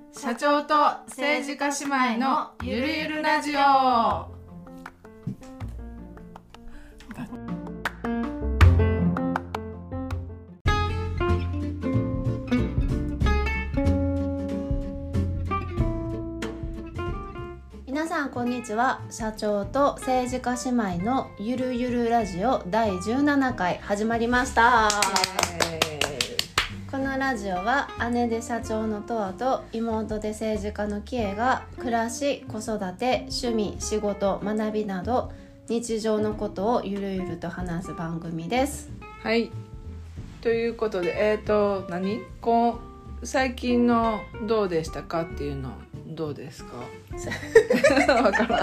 社長と政治家姉妹のゆるゆるラジオ。 皆さんこんにちは。社長と政治家姉妹のゆるゆるラジオ第17回始まりました。このラジオは姉で社長のとわと妹で政治家のきえが暮らし、子育て、趣味、仕事、学びなど日常のことをゆるゆると話す番組です。 はい、ということで最近のどうでしたかっていうのどうですか？わからん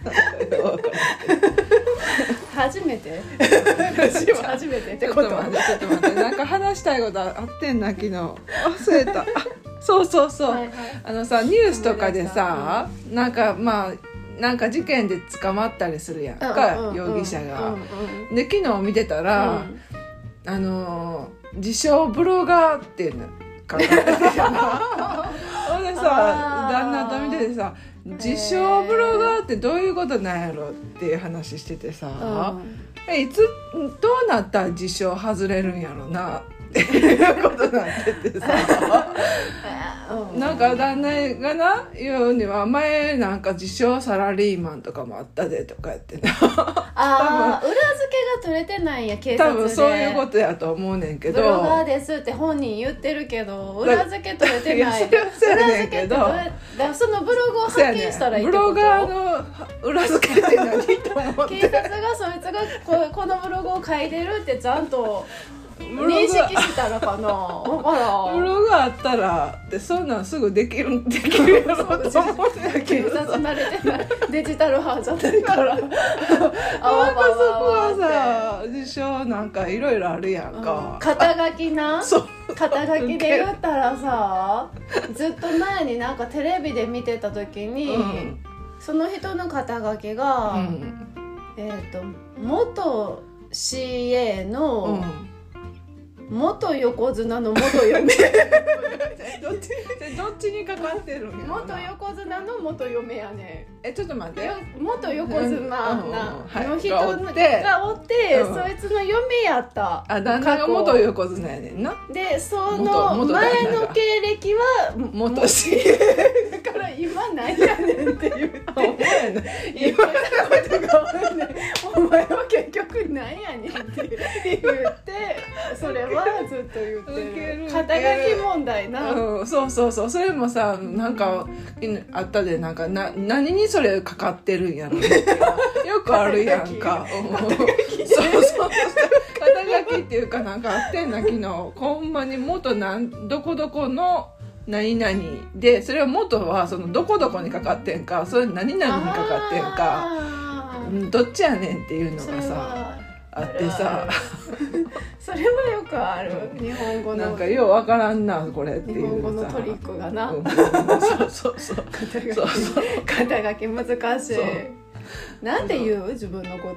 初めて初めてってちょっことと待ってなんか話したいことあってんな昨日忘れたそう、 はいはい、 さニュースとかでさ、なんか事件で捕まったりするやんか、容疑者が、で昨日見てたら、自称ブロガーっていうの書かれてるやなほんでさ旦那と見ててさ、自称ブロガーってどういうことなんやろっていう話しててさ、いつどうなったら自称外れるんやろなっていうことになっててさなんか旦那がな言うには前なんか自称サラリーマンとかもあったでとかやってな裏付けが取れてないんや、警察で。 多分そういうことやと思うねんけど、 ブロガーですって本人言ってるけど裏付け取れてない。 それはそうやねんけど、 そのブログを発見したらいいってこと？ ブロガーの裏付けって何と思って警察がそいつがこのブログを書いてるってちゃんと認識したらかな。分からん。 ブログあったらでそんなんすぐできるやろと思って警察慣れてないデジタル派じゃないからなんかそこはさ自称なんかいろいろあるやんか、 肩書きな。 そう肩書きで言ったらさ、ずっと前になんかテレビで見てた時に、その人の肩書きが、元 CA の、元横綱の元嫁どっちにかかってるんやろな。 元横綱の元嫁やね。 ちょっと待って元横綱の人がおって、 そいつの嫁やった。 旦那が元横綱やねんな。 でその前の経歴は元 CA だから今何やねんって言って今お前は結局何やねんって言ってそれはずっと言ってる。肩書き問題な。 そうそれもさなんかあったで、なんか何にそれかかってるんやろよくあるやんか。そう肩書きっていうかなんかあってんな昨日。ほんまに元どこどこの何々で、それは元はそのどこどこにかかってんか、それ何々にかかってんか、どっちやねんっていうのがさあってさそれはよくある。日本語のなんかようわからんなこれっていうさ、 日本語のトリックがな、 そう肩書き難しい。なんて言う自分のこと。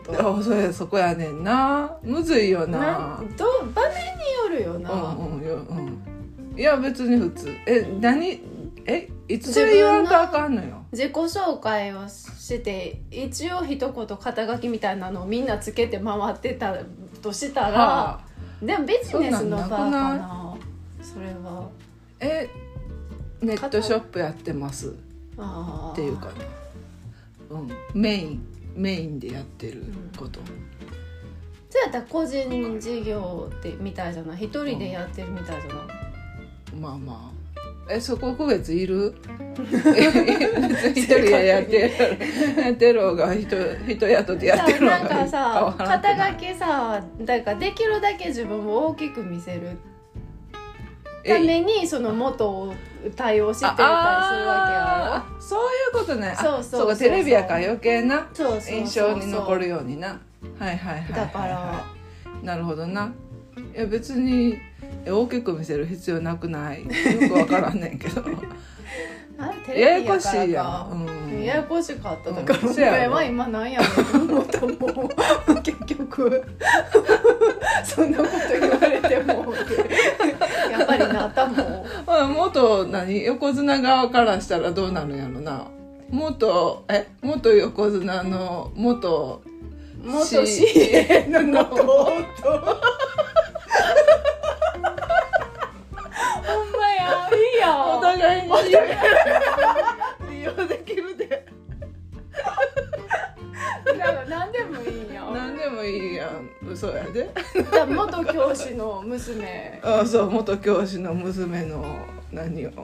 そこやねんな。むずいよな。 場面によるよな。 いや別に普通。いつそれ言わんとあかんのよ。 自己紹介をして一応一言肩書きみたいなのをみんなつけて回ってたとしたら、でもビジネスの場かな。それはネットショップやってますっていうかな。メインでやってること、 そうやったら個人事業ってみたいじゃない、一人でやってるみたいじゃない。 まあそこ区別いる一人でやってる方が人雇ってやってる方がなんかさ肩書きさ、だからできるだけ自分を大きく見せるためにその元を対応してたりするわけやろ。 そういうことね。 そうかテレビやから余計なそう印象に残るようにな。はいだからなるほどな。いや別に大きく見せる必要なくない。よくわからんねんけどやややこしいやん。 ややこしかっただから、 うん、 お前は今なんやろと思ったもん結局そんなこと言われてもやっぱりなったもん。 元横綱側からしたらどうなるんやろな。元横綱の元 CN のほんまやいいやん、 お互いに利用できるで何でもいいやん。 何でもいいやん。嘘やで。 元教師の娘あ、そう元教師の娘の何を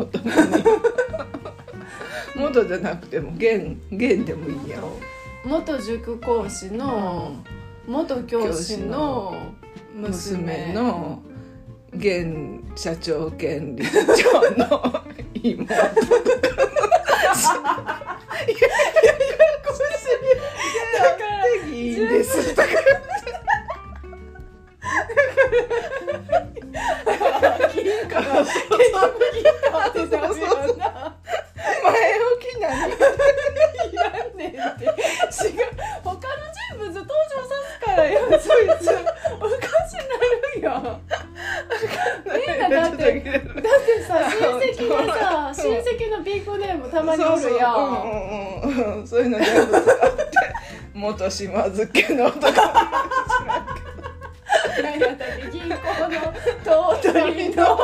元じゃなくても現でもいいやん。 元塾講師の、元教師の娘の現社長兼理事長の妹とかいいんですとか銀貨がってなるよな。 前置き何いらんねんって。違う、他の人物登場さすからよ、そいつおかしなるやん。みんなだってさ、親戚のビッグネームたまにおるやん。 そういうの全部使って元島津家のとか何やったっけ、銀行の頭取の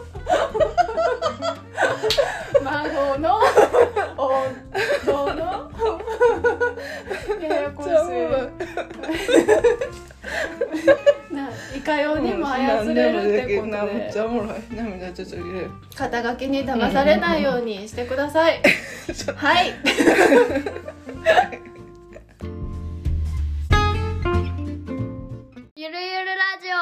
孫の夫のややこしい。いかようにも操れるってことで、 めっちゃおもろい。涙ちょっと入れる。 肩書きに騙されないようにしてください。はい。ゆるゆるラジ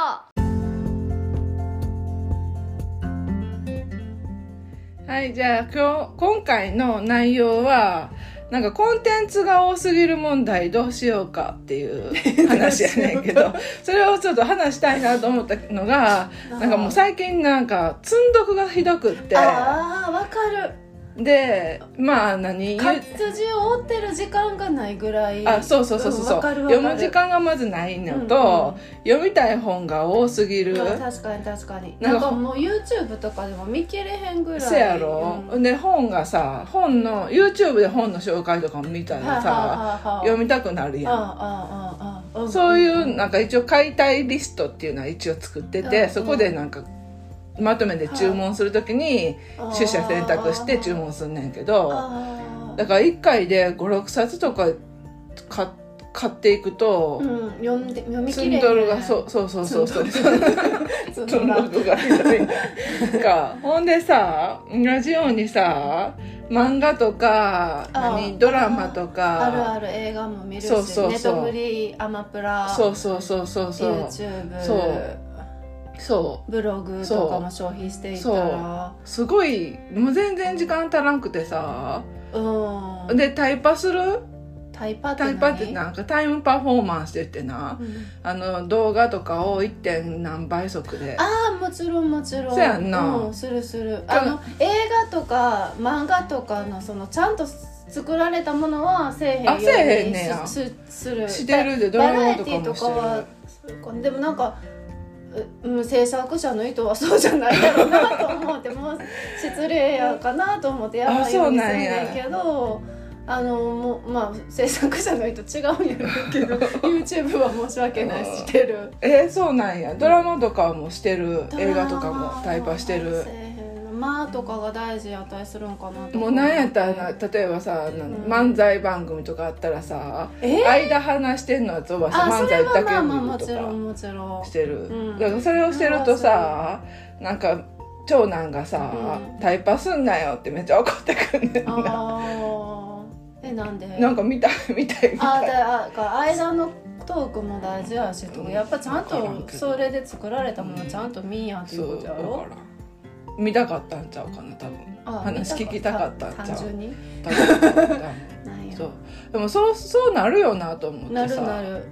オ。はい、じゃあ今回の内容はなんかコンテンツが多すぎる問題どうしようかっていう話やねんけどそれをちょっと話したいなと思ったのが、なんかもう最近なんか積んどくがひどくって、 ああ、わかる。 でまあ活字を追ってる時間がないぐらい。 そう、読む時間がまずないのと、読みたい本が多すぎる。 確かになんかもう YouTube とかでも見切れへんぐらい。 せやろ、で本がさ、YouTube で本の紹介とかも見たらさ、読みたくなるやん。そういうなんか一応買いたいリストっていうのは一応作ってて、そこでなんかまとめて注文するときに取捨選択して注文すんねんけど、だから1回で 5,6 冊とか買っていくと、 読み切れへん。 積んどるがそう積んどるがひどいか。ほんでさ、同じようにさ、漫画とかドラマとかある映画も見るし、ネトフリ、アマプラ、YouTube、ブログとかも消費していったらすごいもう全然時間足らんくてさ、でタイパする。タイパってなんかタイムパフォーマンスって言ってな、動画とかを 1. 何倍速で。 もちろんそうやんな、 する映画とか漫画とかのそのちゃんと作られたものはせえへんようにする。 してるで、 バラエティとかはでもなんか制作者の意図はそうじゃないだろうなと思って、もう失礼やかなと思ってやらないようにするんだけど、もうまあ制作者の意図違うんやろうけどYouTube は申し訳ないししてる。 そうなんや。ドラマとかはもうしてる、映画とかもタイパしてる。 とかが大事やったりするんかなと。 もう何やったら例えばさ、漫才番組とかあったらさ、間話してんのとはさ、漫才だけ見るとかしてる。だからそれをしてるとさ、なんか長男がさ、タイパすんなよってめっちゃ怒ってくんねんな。 なんで？ なんか見たい。 間のトークも大事やし、やっぱちゃんとそれで作られたものちゃんと見んやっていうことやろ。 見たかったんちゃうかな、多分。話聞きたかったんちゃう。単純に。そう。でもそうなるよなと思ってさ。 なる。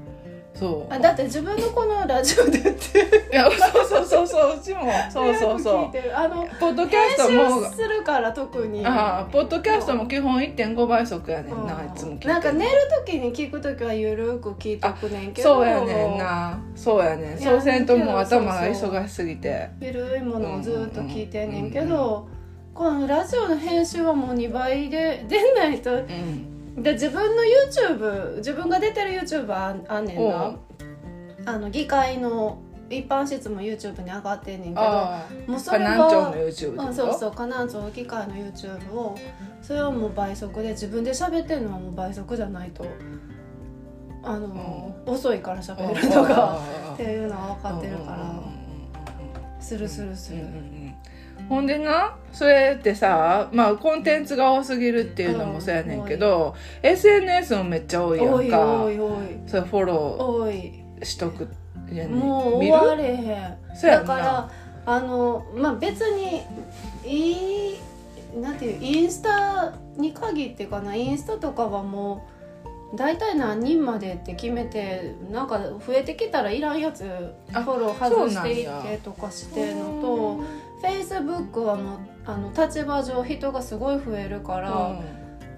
そうだって自分のこのラジオで言ってるいやそううちもそう聞いてるポッドキャストも編集するから特にポッドキャストも基本 1.5 倍速やねんな、いつも聞いてる。 なんか寝る時に聞く時はゆるく聞いとくねんけどそうやねんなそうやねんそうせんともう頭が忙しすぎてゆるいものをずっと聞いてんねんけど、このラジオの編集はもう2倍で出ないと、で自分の YouTube 自分が出てる YouTube あんねんな、議会の一般室も YouTube に上がってんねんけど、もうそれが河南町の YouTube ってこと？ そう河南町議会の YouTube をそれはもう倍速で自分で喋ってるのはもう倍速じゃないと遅いから喋るのがっていうのは分かってるからする、 ほんでなそれってさ、まあコンテンツが多すぎるっていうのもそうやねんけど、SNS もめっちゃ多いやんか。 多いそれフォローしとくやねん。 もう終われへん。 そうやんな。 だからまあ別になんていうインスタに限ってかな、インスタとかはもうだいたい何人までって決めて、なんか増えてきたらいらんやつフォロー外していってとかしてんのと、Facebook はもう立場上人がすごい増えるから、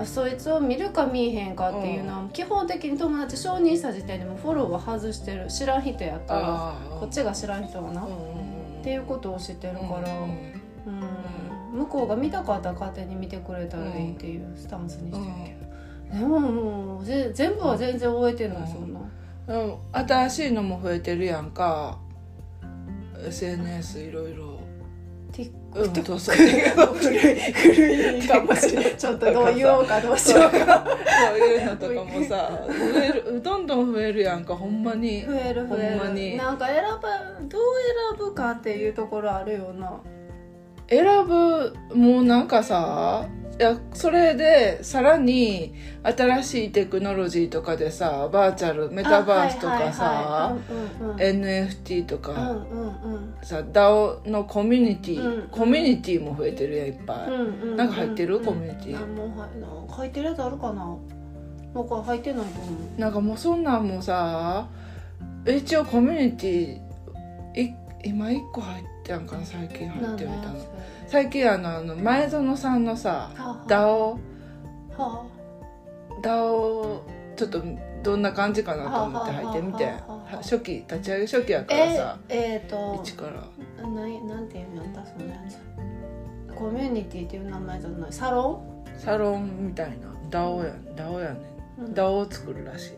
そいつを見るか見えへんかっていうのは、基本的に友達承認した時点でもフォローは外してる。知らん人やったらこっちが知らん人はな、っていうことを知ってるから、向こうが見たかったら勝手に見てくれたらいいっていうスタンスにしてるけど、でももう全部は全然覚えてない、そんな。 新しいのも増えてるやんか、 SNS いろいろ。 TikTok 古いかもしれない。ちょっとどう言おうかどうしようかそういうのとかもさどんどん増えるやんか。ほんまに増えるほんまになんかどう選ぶかっていうところあるよな。 選ぶもうなんかさ、いやそれでさらに新しいテクノロジーとかでさ、バーチャルメタバースとかさ、NFT とか、さ DAO のコミュニティも増えてるやん、いっぱい。なんか入ってるコミュニティ。 もう入ってるやつあるかな。なんか入ってないと思う。 なんかもうそんなんもさ、一応コミュニティ今1個入ってんかな、最近入ってみたの。最近前園さんのさ DAO ちょっとどんな感じかなと思って入ってみて、立ち上げ初期やからさ、一からなんていうんやったそのやつ。コミュニティっていう名前じゃない、サロンみたいな DAO やねん。DAO を作るらし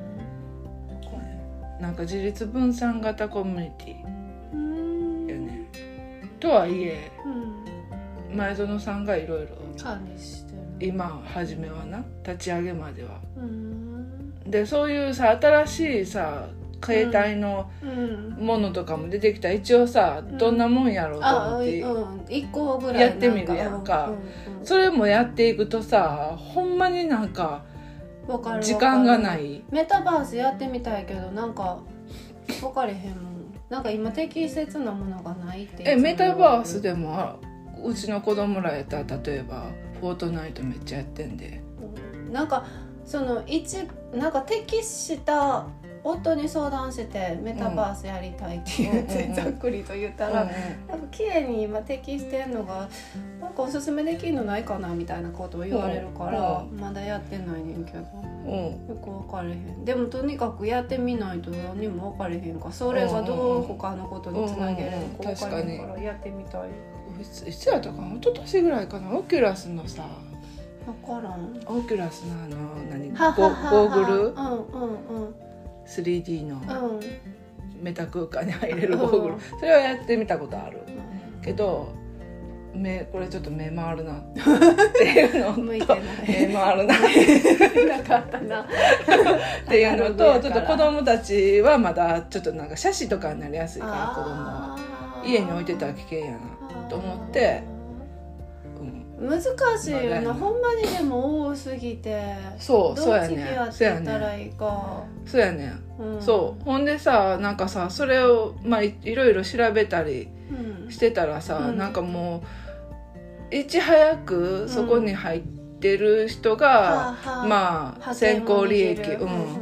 い。なんか自立分散型コミュニティやねん。とはいえ、前園さんがいろいろ管理してる。 今初めはな、立ち上げまでは。でそういうさ新しいさ携帯のものとかも出てきたら、一応さどんなもんやろうと思って 1個ぐらいやってみるやんか。それもやっていくとさ、ほんまになんか時間がない。 メタバースやってみたいけどなんか分かれへんもん。なんか今適切なものがないってメタバースでもうちの子供らやったら例えばフォートナイトめっちゃやってんで、 なんかそのなんか適した夫に相談してメタバースやりたいって言って、ざっくりと言ったら、なんか綺麗に今適してんのがなんかおすすめできるのないかなみたいなことを言われるから、まだやってないねんけど、よく分かれへん。でもとにかくやってみないと何にも分かれへんから、それがどう他のことにつなげるのか分かれへんからやってみたい。 いつやったかな、一昨年ぐらいかな、オキュラスのさ、 分からん、 オキュラスのゴーグル、3D のメタ空間に入れるゴーグル、それはやってみたことあるけど、これちょっと目回るなっていうのと向いてない、 目回るななかったなっていうのと、ちょっと子供たちはまだちょっとなんか斜視とかになりやすいから、子供は家に置いてたら危険やなと思って、 難しいよな、ほんまに。でも多すぎてそうやねん、 どっちやってったらいいか。 そうやねん、そう。ほんでさ、なんかさ、それをいろいろ調べたりしてたらさ、なんかもういち早くそこに入ってる人が、まあ先行利益、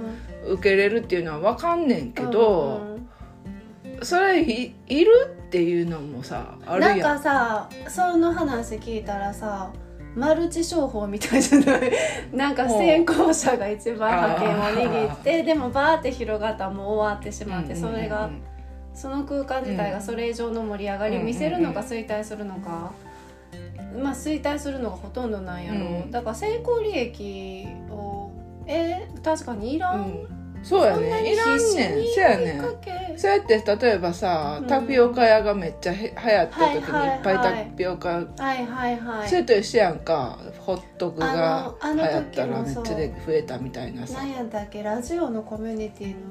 受けれるっていうのは分かんねんけど、それ いるっていうのもさあるやん。 なんかさその話聞いたらさマルチ商法みたいじゃないなんか先行者が一番覇権を握ってでもバーって広がったらもう終わってしまって、それがその空間自体がそれ以上の盛り上がりを見せるのか衰退するのか、まあ衰退するのがほとんどなんやろ、だから先行利益を確かにいらん、 そうやね、いらんねん。そうやねん。そうやって例えばさ、タピオカ屋がめっちゃ流行った時にいっぱいタピオカ、それと一緒やんか。ホットクが流行ったらめっちゃ増えたみたいなさ。 何やったっけ、ラジオのコミュニティの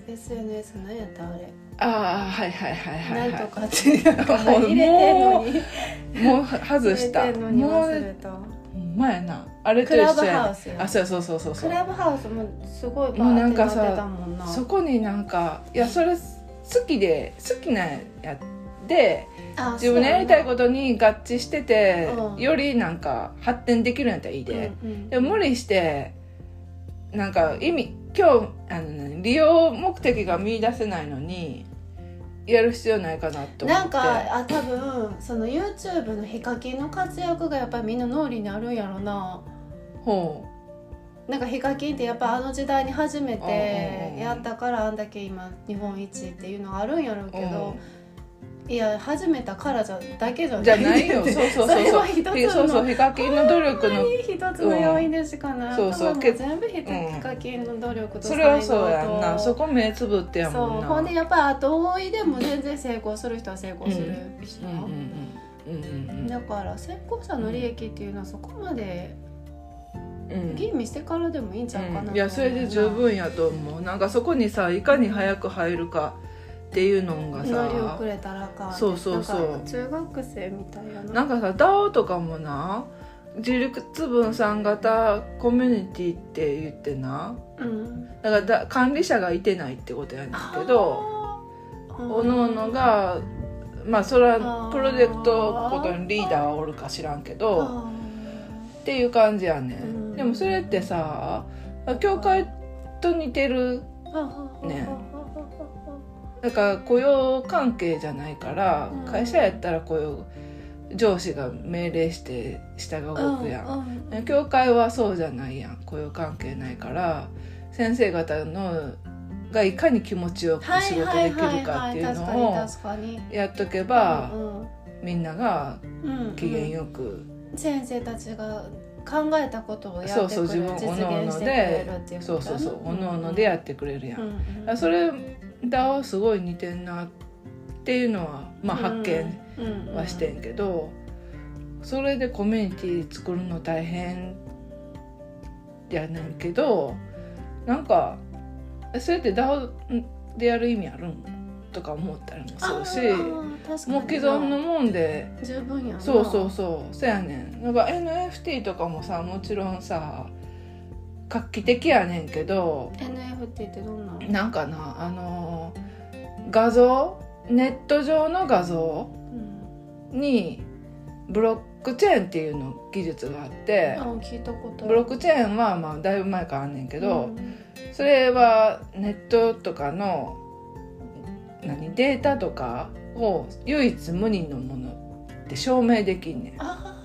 SNS 何やったあれ。 はいなんとかって入れてんのにもう外した。 もう前やな、あれと一緒や。そうクラブハウスもすごいバーってなってたもんな。 そこになんかいやそれ好きなやで自分のやりたいことに合致してて、よりなんか発展できるんやったらいいで、でも無理してなんか利用目的が見出せないのにやる必要ないかなと思って。 なんか多分その YouTube のヒカキンの活躍がやっぱりみんな脳裏にあるんやろな。なんかヒカキンってやっぱあの時代に初めてやったからあんだけ今日本一っていうのがあるんやろうけど、いや始めたからだけじゃないよ。そうそれは一つのヒカキンの努力の一つの要因でしかない。全部ヒカキンの努力とそれはそうやんな。そこ目つぶってやもんな。 ほんでやっぱ後追いでも全然成功する人は成功するしな。だから先行者の利益っていうのはそこまで吟味してからでもいいんちゃうかな。 いやそれで十分やと思う。なんかそこにさいかに早く入るかっていうのがさ、 乗り遅れたらか。 そう中学生みたいな。 なんかさ DAO とかもな、自立分散型コミュニティって言ってな、だから管理者がいてないってことやねんけど、おのおのがまあそれはプロジェクトごとにリーダーはおるか知らんけどっていう感じやねん。でもそれってさ教会と似てるね。だから雇用関係じゃないから、会社やったら上司が命令して下が動くやん。教会はそうじゃないやん。雇用関係ないから先生方のがいかに気持ちよく仕事できるかっていうのをやっとけばみんなが機嫌よく、 先生たちが考えたことをやってくれる、実現してくれるっていうことだね。 おのおのでやってくれるやん。それDAOすごい似てんなっていうのは、まあ、発見はしてんけど、それでコミュニティ作るの大変やねんけど、なんかそれって DAO でやる意味あるんとか思ったりもするし、もう既存のもんで十分やな。 そうやねん。なんか NFT とかもさ、もちろんさ画期的やねんけど、 NFT ってどんなの？ なんかな、画像、ネット上の画像にブロックチェーンっていうの技術があって、 聞いたことある。 ブロックチェーンはまあだいぶ前からあんねんけど、それはネットとかのデータとかを唯一無二のものって証明できんねん。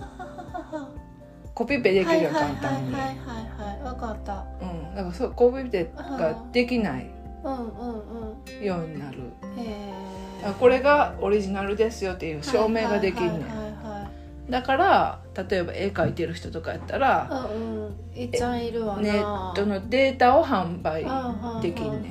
コピペできるよ、簡単に。 分かった。 だからコピペができないようになる。これがオリジナルですよっていう証明ができんねん。だから例えば絵描いてる人とかやったら、 いっちゃんいるわな。 ネットのデータを販売できんねん。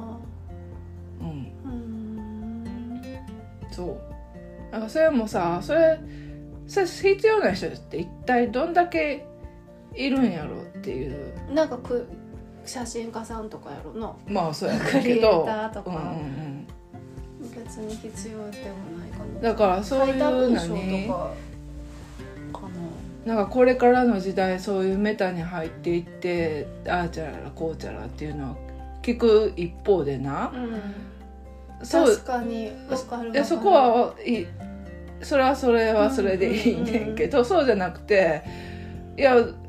そうなんかそれもさ、それ必要な人って一体どんだけいるんやろっていう。 なんか写真家さんとかやろな。 まあそうやけど、 クリエイターとか、別に必要でもないかな。 だからそういうなんかこれからの時代、そういうメタに入っていってああちゃらこうちゃらっていうのを聞く一方でな、 確かに分かる。 そこはそれはそれでいいねんけど、そうじゃなくて、いや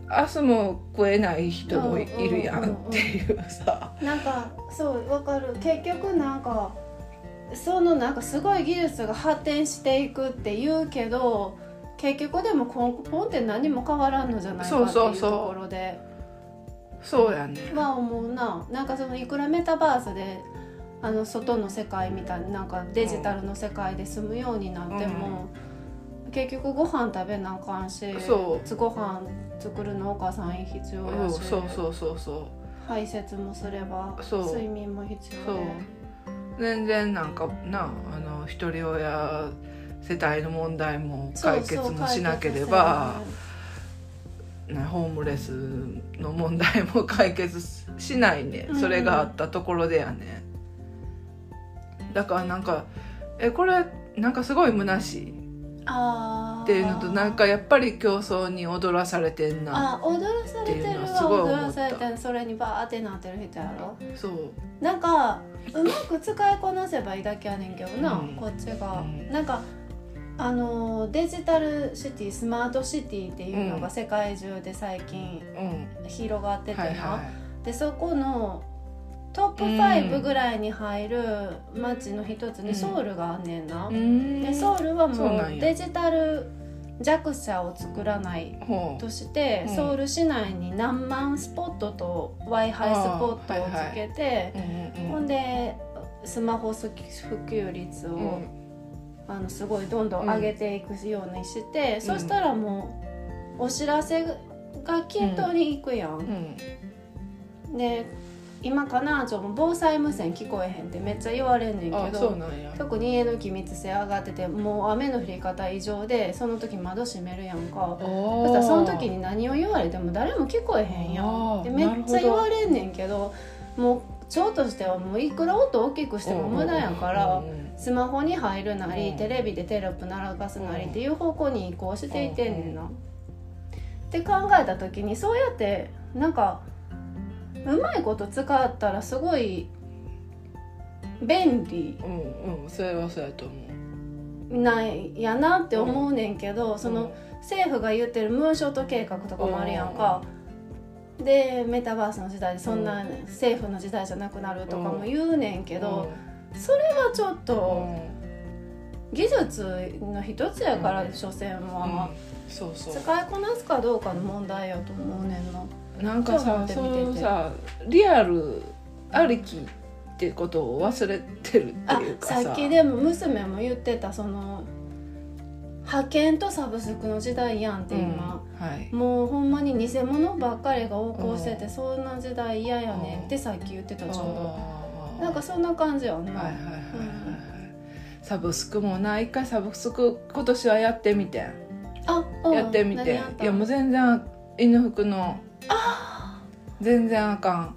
明日も食えない人もいるやんっていうさ、 なんかそうわかる。結局なんかそのなんかすごい技術が発展していくって言うけど、結局でも根本って何も変わらんのじゃないかっていうところで、 そうやね。 まあ思うな。なんかそのいくらメタバースで外の世界みたいな、なんかデジタルの世界で住むようになっても、結局ご飯食べなあかんし、ご飯作るのお母さん必要やし、排泄もすれば睡眠も必要で、 全然なんかな一人親世帯の問題も解決もしなければ、ホームレスの問題も解決しないね、それがあったところでやね。だからなんかこれなんかすごい虚しいっていうのと、なんかやっぱり競争に踊らされてんな踊らされてるわ、踊らされてる。それにバーってなってる人やろ。 そうなんかうまく使いこなせばいいだけやねんけどな、こっちが、なんかデジタルシティ、スマートシティっていうのが世界中で最近広がっててな、でそこのトップ5ぐらいに入る街の一つにソウルがあんねんな、でソウルはもうデジタル弱者を作らないとして、ソウル市内に何万スポットと Wi-Fi スポットをつけて、ほんでスマホ普及率を、すごいどんどん上げていくようにして、そしたらもうお知らせが均等にいくやん、で今かなも防災無線聞こえへんってめっちゃ言われんねんけど、特に家の気密性上がってて、もう雨の降り方異常でその時窓閉めるやんか。そしたらその時に何を言われても誰も聞こえへんやんで、めっちゃ言われんねんけど、もう町としてはもういくら音大きくしても無駄やから、スマホに入るなり、テレビでテロップ流すなりっていう方向に移行していってんねんな、って考えた時に、そうやってなんかうまいこと使ったらすごい便利それはそうやと思うなんやなって思うねんけど、その政府が言ってるムーンショット計画とかもあるやんか、でメタバースの時代でそんな政府の時代じゃなくなるとかも言うねんけど、それはちょっと技術の一つやから、所詮は使いこなすかどうかの問題やと思うねんな。 なんかさ、そうさ、リアルありきってことを忘れてるっていうかさ、 さっきでも娘も言ってた、その派遣とサブスクの時代やんって今、もうほんまに偽物ばっかりが横行してて、そんな時代嫌やねんってさっき言ってた。ちょうどなんかそんな感じやんな。 サブスクもな、一回サブスク今年はやってみてやってみて、いやもう全然犬服の全然あかん。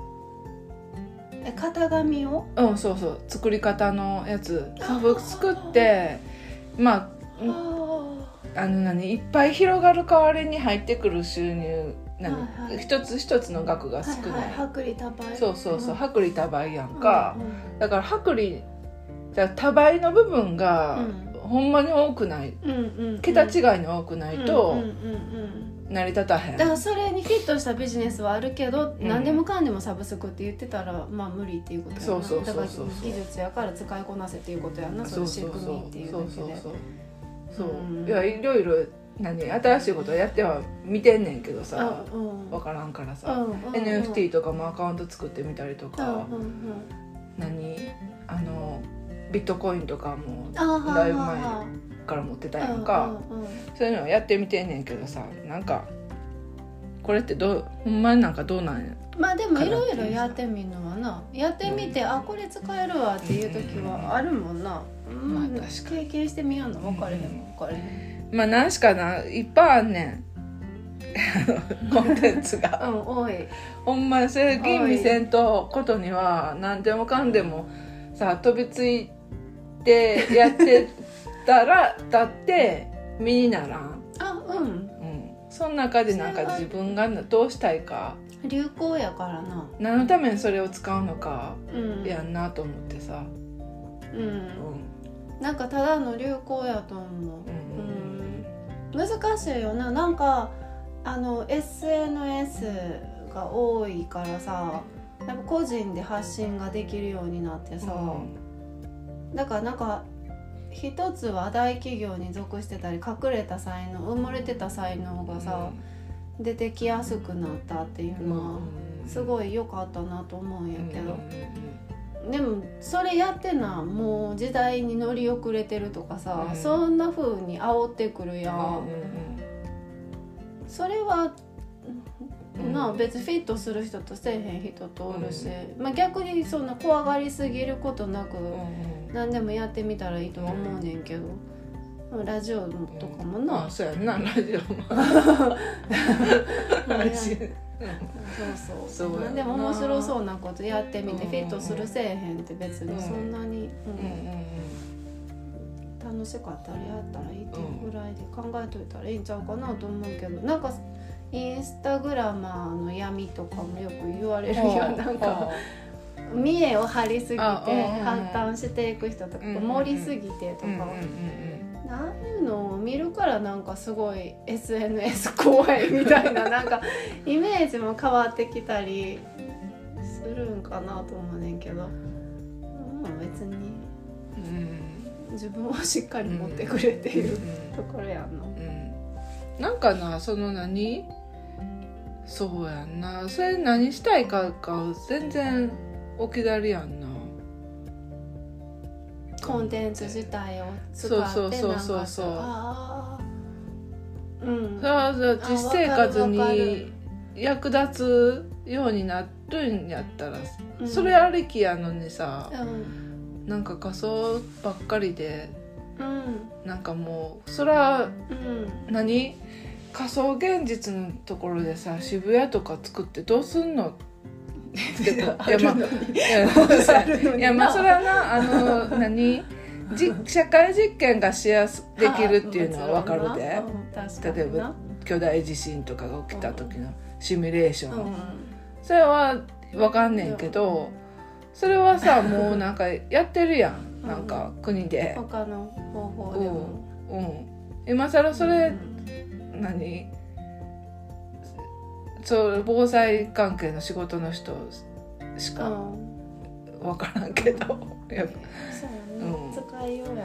型紙をそう作り方のやつサブスクって、まあいっぱい広がる代わりに入ってくる収入一つ一つの額が少ない、 薄利多売。 そう薄利多売やんか、だから薄利多売の部分がほんまに多くない、桁違いに多くないと成り立たへん。 だからそれにフィットしたビジネスはあるけど、何でもかんでもサブスクって言ってたらまあ無理っていうことやな。だから技術やから使いこなせっていうことやな、その仕組みっていうだけで。 いやいろいろ新しいことやっては見てんねんけどさ、分からんからさ、NFT とかもアカウント作ってみたりとか、ビットコインとかもだいぶ前から持ってたやんか、そういうのやってみてんねんけどさ、なんかこれってほんまになんかどうなんや。 まあでもいろいろやってみるのはな、やってみてこれ使えるわっていう時はあるもんな。まあ確かに経験してみやんの分かれへん分かれへん。 まあ何しかないっぱいあんねんコンテンツが多い。 ほんまにそれ吟味せんとことには何でもかんでもさ、飛びついてやってたらだって身にならん。その中でなんか自分がどうしたいか、 流行やからな、 何のためにそれを使うのかやんなと思ってさ、 なんかただの流行やと思う。難しいよな。なんか SNS が多いからさ、やっぱ個人で発信ができるようになってさ、だからなんか一つは大企業に属してたり隠れた才能、埋もれてた才能がさ、出てきやすくなったっていうのはすごい良かったなと思うんやけど、でもそれやってな、もう時代に乗り遅れてるとかさ、そんな風に煽ってくるやん、それは別にフィットする人とせえへん人とおるし、逆にそんな怖がりすぎることなく何でもやってみたらいいとは思うねんけど、ラジオとかもな、 そうやな、ラジオもそう何でも面白そうなことやってみて、フィットするせえへんって別にそんなに、楽しかったらやったらいいっていうぐらいで考えといたらいいんちゃうかなと思うけど、なんかインスタグラマーの闇とかもよく言われるよ。なんか見栄を張りすぎて発端していく人とか、盛りすぎてとか、ああいうのを見るからなんかすごい SNS 怖いみたいななんかイメージも変わってきたりするんかなと思うねんけど、別に、自分をしっかり持ってくれっていうところやんの、 なんかな、その何、そうやんな、それ何したいか全然置き去りやんな。 コンテンツ自体を使ってそうそれは実生活に役立つようになるんやったら、それありきやのにさ、なんか仮想ばっかりで、なんかもうそれは、何仮想現実のところでさ、渋谷とか作ってどうすんのってそれはな、何社会実験がしやすできるっていうのは分かるで、例えば巨大地震とかが起きた時のシミュレーション、それは分かんねんけど、それはさもうなんかやってるやん、なんか国で他の方法でも、 今更それ、何そう防災関係の仕事の人しか分からんけど、 そうやね、使いようやな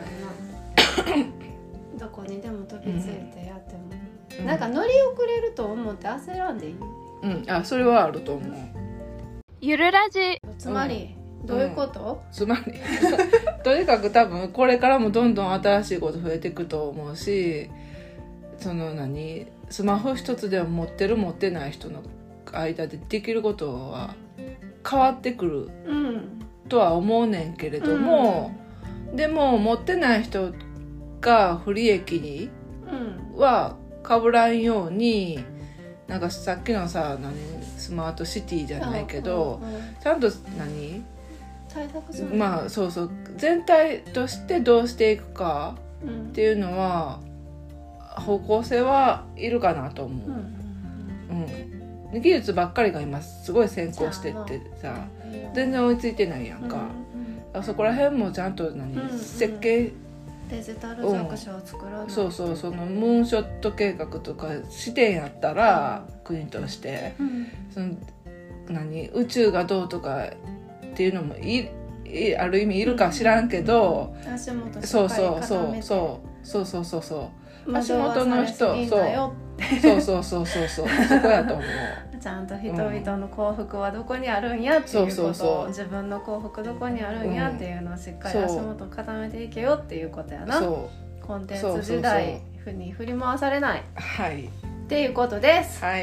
どこにでも飛びついてやっても、なんか乗り遅れると思って焦らんでいい、 それはあると思う。 ゆるラジつまり、どういうこと？ つまりとにかく多分これからもどんどん新しいこと増えていくと思うし、そのスマホ一つでは持ってる持ってない人の間でできることは変わってくるとは思うねんけれども、でも持ってない人が不利益には被らんように、なんかさっきのさスマートシティじゃないけど、ちゃんと対策する、 そう全体としてどうしていくかっていうのは、方向性はいるかなと思う、技術ばっかりが今すごい先行してってさ、全然追いついてないやんか、そこら辺もちゃんと設計、 デジタル弱者を作らない、 そのムーンショット計画とか視点やったら、国として、その宇宙がどうとかっていうのもある意味いるか知らんけど、 足元しっかり固めて、 足元の人、そうそこやと思う。 ちゃんと人々の幸福はどこにあるんやっていうことを、自分の幸福どこにあるんやっていうのをしっかり足元を固めていけよっていうことやな。コンテンツ時代に振り回されない、っていうことです。はい。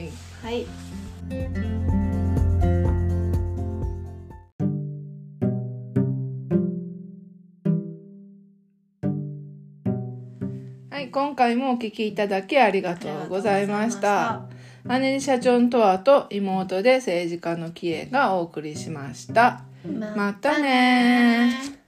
今回もお聞きいただきありがとうございました。姉社長のとわと妹で政治家のキエがお送りしました。またね。